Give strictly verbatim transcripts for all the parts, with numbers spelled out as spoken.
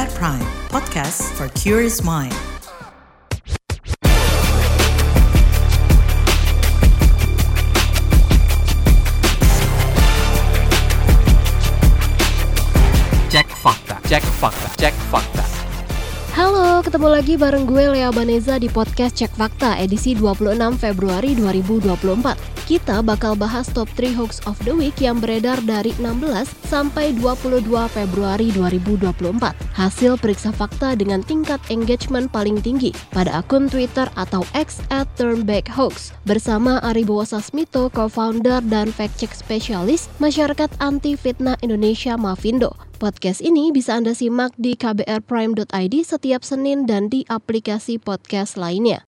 R Prime, podcast for curious mind. Cek fakta, cek fakta, cek fakta. Halo, ketemu lagi bareng gue Lea Baneza di podcast Cek Fakta edisi dua puluh enam Februari dua ribu dua puluh empat. Kita bakal bahas top tiga hoax of the week yang beredar dari enam belas sampai dua puluh dua Februari dua ribu dua puluh empat. Hasil periksa fakta dengan tingkat engagement paling tinggi pada akun Twitter atau X at turnbackhoax bersama Aribo Sasmito, co-founder dan fact-check spesialis Masyarakat Anti Fitnah Indonesia Mafindo. Podcast ini bisa Anda simak di k b r prime dot i d setiap Senin dan di aplikasi podcast lainnya.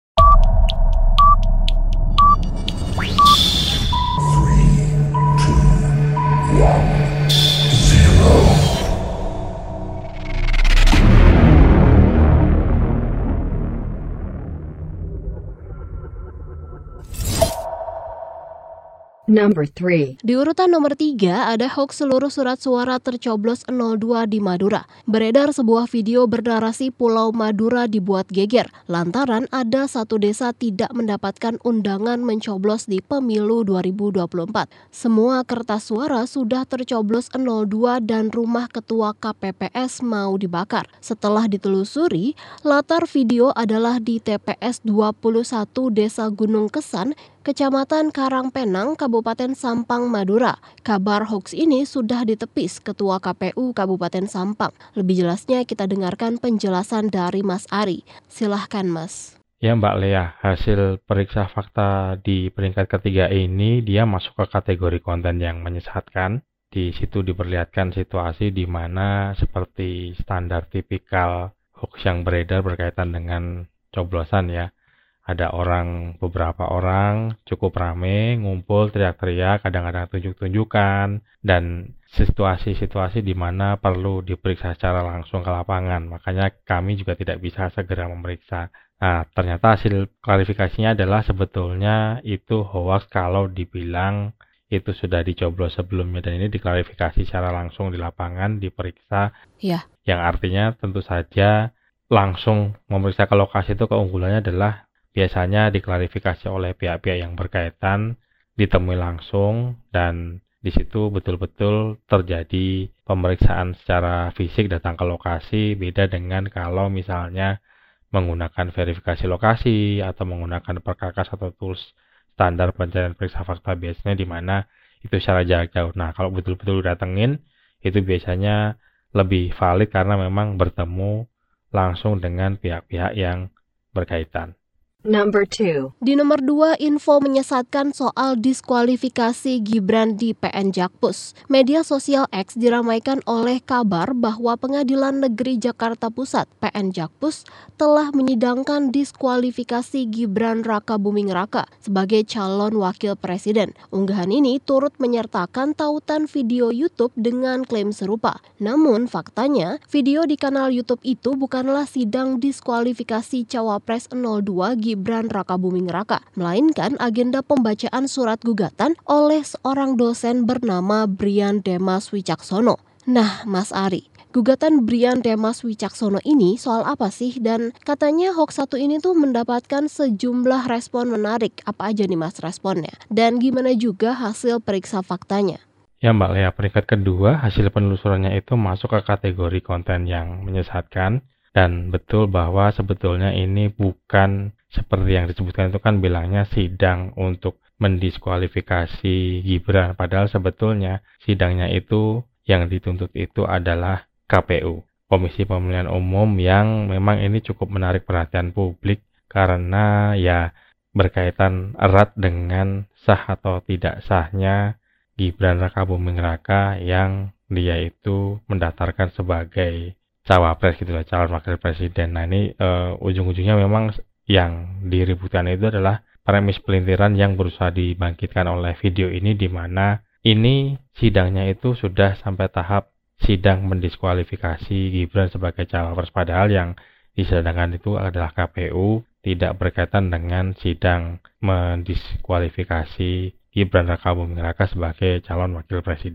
Number three. Di urutan nomor tiga ada hoax seluruh surat suara tercoblos nol dua di Madura. Beredar sebuah video bernarasi Pulau Madura dibuat geger lantaran ada satu desa tidak mendapatkan undangan mencoblos di pemilu dua ribu dua puluh empat. Semua kertas suara sudah tercoblos nol dua dan rumah ketua K P P S mau dibakar. Setelah ditelusuri, latar video adalah di T P S dua puluh satu Desa Gunung Kesan, Kecamatan Karangpenang, Kabupaten Sampang, Madura. Kabar hoax ini sudah ditepis Ketua K P U Kabupaten Sampang. Lebih jelasnya kita dengarkan penjelasan dari Mas Ari. Silahkan Mas. Ya Mbak Lea, hasil periksa fakta di peringkat ketiga ini dia masuk ke kategori konten yang menyesatkan. Di situ diperlihatkan situasi di mana seperti standar tipikal hoax yang beredar berkaitan dengan coblosan ya. Ada orang, beberapa orang cukup rame, ngumpul, teriak-teriak, kadang-kadang tunjuk-tunjukkan, dan situasi-situasi di mana perlu diperiksa secara langsung ke lapangan. Makanya kami juga tidak bisa segera memeriksa. Nah, ternyata hasil klarifikasinya adalah sebetulnya itu hoax kalau dibilang itu sudah dicoblos sebelumnya, dan ini diklarifikasi secara langsung di lapangan, diperiksa. Ya. Yang artinya tentu saja langsung memeriksa ke lokasi itu keunggulannya adalah biasanya diklarifikasi oleh pihak-pihak yang berkaitan, ditemui langsung, dan di situ betul-betul terjadi pemeriksaan secara fisik datang ke lokasi. Beda dengan kalau misalnya menggunakan verifikasi lokasi atau menggunakan perkakas atau tools standar pencarian periksa fakta biasanya di mana itu secara jarak jauh. Nah, kalau betul-betul datengin itu biasanya lebih valid karena memang bertemu langsung dengan pihak-pihak yang berkaitan. Number two. Di nomor dua, info menyesatkan soal diskualifikasi Gibran di P N Jakpus. Media sosial X diramaikan oleh kabar bahwa Pengadilan Negeri Jakarta Pusat P N Jakpus telah menyidangkan diskualifikasi Gibran Raka Buming Raka sebagai calon wakil presiden. Unggahan ini turut menyertakan tautan video YouTube dengan klaim serupa. Namun faktanya, video di kanal YouTube itu bukanlah sidang diskualifikasi Cawapres nol dua Gibran Raka Buming Raka, melainkan agenda pembacaan surat gugatan oleh seorang dosen bernama Brian Demas Wicaksono. Nah, Mas Ari, gugatan Brian Demas Wicaksono ini soal apa sih? Dan katanya hoax satu ini tuh mendapatkan sejumlah respon menarik. Apa aja nih Mas responnya? Dan gimana juga hasil periksa faktanya? Ya Mbak Lea, peringkat kedua hasil penelusurannya itu masuk ke kategori konten yang menyesatkan. Dan betul bahwa sebetulnya ini bukan seperti yang disebutkan itu kan bilangnya sidang untuk mendiskualifikasi Gibran. Padahal sebetulnya sidangnya itu yang dituntut itu adalah K P U, Komisi Pemilihan Umum, yang memang ini cukup menarik perhatian publik karena ya berkaitan erat dengan sah atau tidak sahnya Gibran Raka Buming Raka yang dia itu mendaftarkan sebagai cawapres gitu lah, calon wakil presiden. Nah ini uh, ujung-ujungnya memang yang diributkan itu adalah premis pelintiran yang berusaha dibangkitkan oleh video ini, di mana ini sidangnya itu sudah sampai tahap sidang mendiskualifikasi Gibran sebagai cawapres, padahal yang disidangkan itu adalah K P U, tidak berkaitan dengan sidang mendiskualifikasi Gibran Raka Buming Raka sebagai calon wakil presiden.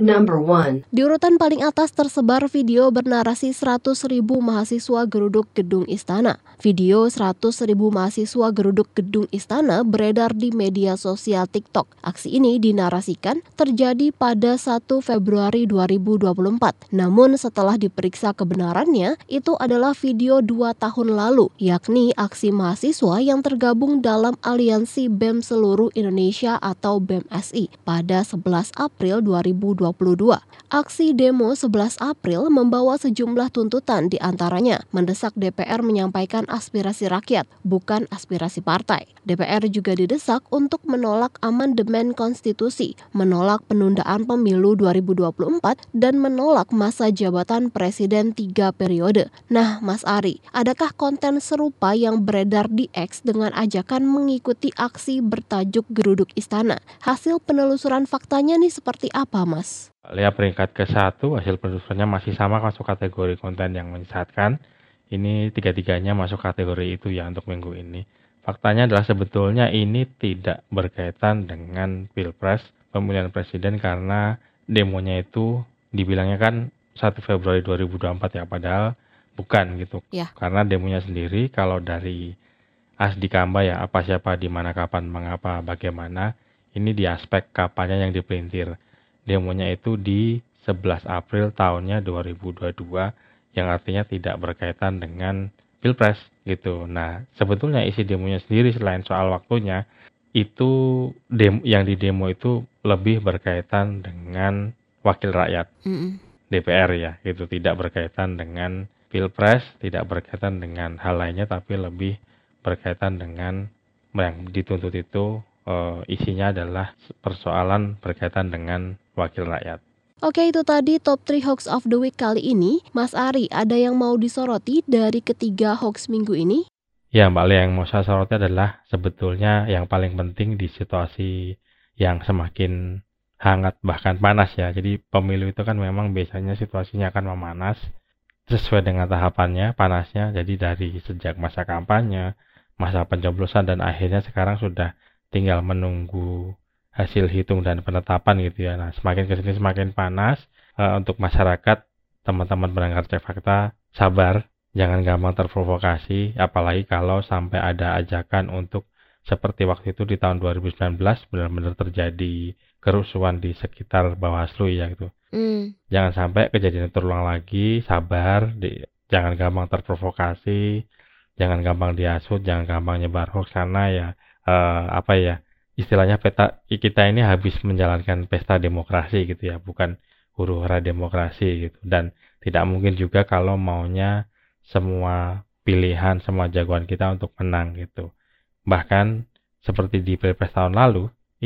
Number one. Di urutan paling atas tersebar video bernarasi seratus ribu mahasiswa geruduk gedung istana. Video seratus ribu mahasiswa geruduk gedung istana beredar di media sosial TikTok. Aksi ini dinarasikan terjadi pada satu Februari dua ribu dua puluh empat. Namun setelah diperiksa kebenarannya, itu adalah video dua tahun lalu, yakni aksi mahasiswa yang tergabung dalam Aliansi B E M Seluruh Indonesia atau B E M S I pada sebelas April dua ribu dua puluh dua. Aksi demo sebelas April membawa sejumlah tuntutan, di antaranya mendesak D P R menyampaikan aspirasi rakyat, bukan aspirasi partai. D P R juga didesak untuk menolak amandemen konstitusi, menolak penundaan pemilu dua ribu dua puluh empat, dan menolak masa jabatan presiden tiga periode. Nah, Mas Ari, adakah konten serupa yang beredar di X dengan ajakan mengikuti aksi bertajuk Geruduk Istana? Hasil penelusuran faktanya nih seperti apa, Mas? Lihat peringkat ke satu, hasil penelusurannya masih sama, masuk kategori konten yang menyesatkan. Ini tiga-tiganya masuk kategori itu ya untuk minggu ini. Faktanya adalah sebetulnya ini tidak berkaitan dengan Pilpres, pemilihan presiden, karena demonya itu dibilangnya kan satu Februari dua ribu dua puluh empat ya, padahal bukan gitu. Ya. Karena demonya sendiri kalau dari Asdikamba ya, apa siapa, di mana, kapan, mengapa, bagaimana, ini di aspek kapannya yang dipelintir. Demonya itu di sebelas April tahunnya dua ribu dua puluh dua, yang artinya tidak berkaitan dengan Pilpres gitu. Nah, sebetulnya isi demonya sendiri selain soal waktunya, itu demo, yang di demo itu lebih berkaitan dengan wakil rakyat, Mm-mm. D P R ya, gitu. Tidak berkaitan dengan Pilpres, tidak berkaitan dengan hal lainnya, tapi lebih berkaitan dengan yang dituntut itu uh, isinya adalah persoalan berkaitan dengan wakil rakyat. Oke, itu tadi top tiga hoax of the week kali ini. Mas Ari, ada yang mau disoroti dari ketiga hoax minggu ini? Ya, Mbak Lia, yang mau saya soroti adalah sebetulnya yang paling penting di situasi yang semakin hangat bahkan panas ya. Jadi pemilu itu kan memang biasanya situasinya akan memanas sesuai dengan tahapannya, panasnya. Jadi dari sejak masa kampanye, masa pencoblosan, dan akhirnya sekarang sudah tinggal menunggu hasil hitung dan penetapan gitu ya. Nah, semakin kesini semakin panas. Uh, untuk masyarakat, teman-teman pendengar Cek Fakta, sabar, jangan gampang terprovokasi, apalagi kalau sampai ada ajakan untuk seperti waktu itu di tahun dua ribu sembilan belas benar-benar terjadi kerusuhan di sekitar Bawaslu ya gitu. Mm. Jangan sampai kejadian itu terulang lagi, sabar, di, jangan gampang terprovokasi, jangan gampang dihasut, jangan gampang nyebar hoax, karena ya uh, apa ya, istilahnya peta, kita ini habis menjalankan pesta demokrasi gitu ya, bukan huru-hara demokrasi gitu. Dan tidak mungkin juga kalau maunya semua pilihan, semua jagoan kita untuk menang gitu. Bahkan seperti di Pilpres tahun lalu,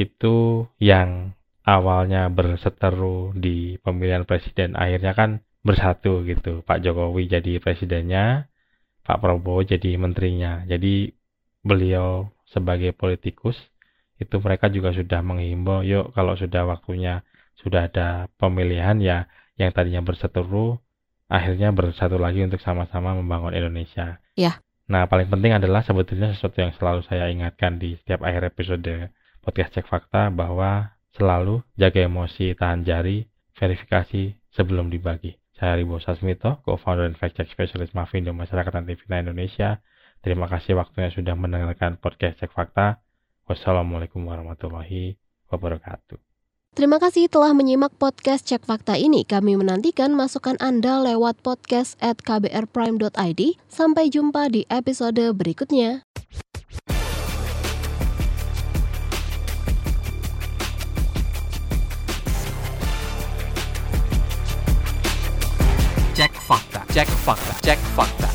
itu yang awalnya berseteru di pemilihan presiden, akhirnya kan bersatu gitu. Pak Jokowi jadi presidennya, Pak Prabowo jadi menterinya. Jadi beliau sebagai politikus, itu mereka juga sudah menghimbau, yuk kalau sudah waktunya, sudah ada pemilihan ya, yang tadinya berseteru, akhirnya bersatu lagi untuk sama-sama membangun Indonesia. Ya. Nah, paling penting adalah sebetulnya sesuatu yang selalu saya ingatkan di setiap akhir episode podcast Cek Fakta, bahwa selalu jaga emosi, tahan jari, verifikasi sebelum dibagi. Saya Ribo Sasmito, co-founder dan fact-check specialist Mafindo Masyarakat Anti Fitnah Indonesia. Terima kasih waktunya sudah mendengarkan podcast Cek Fakta. Wassalamualaikum warahmatullahi wabarakatuh. Terima kasih telah menyimak podcast Cek Fakta ini. Kami menantikan masukan Anda lewat podcast at k b r prime dot i d. Sampai jumpa di episode berikutnya. Cek Fakta, Cek Fakta, Cek Fakta.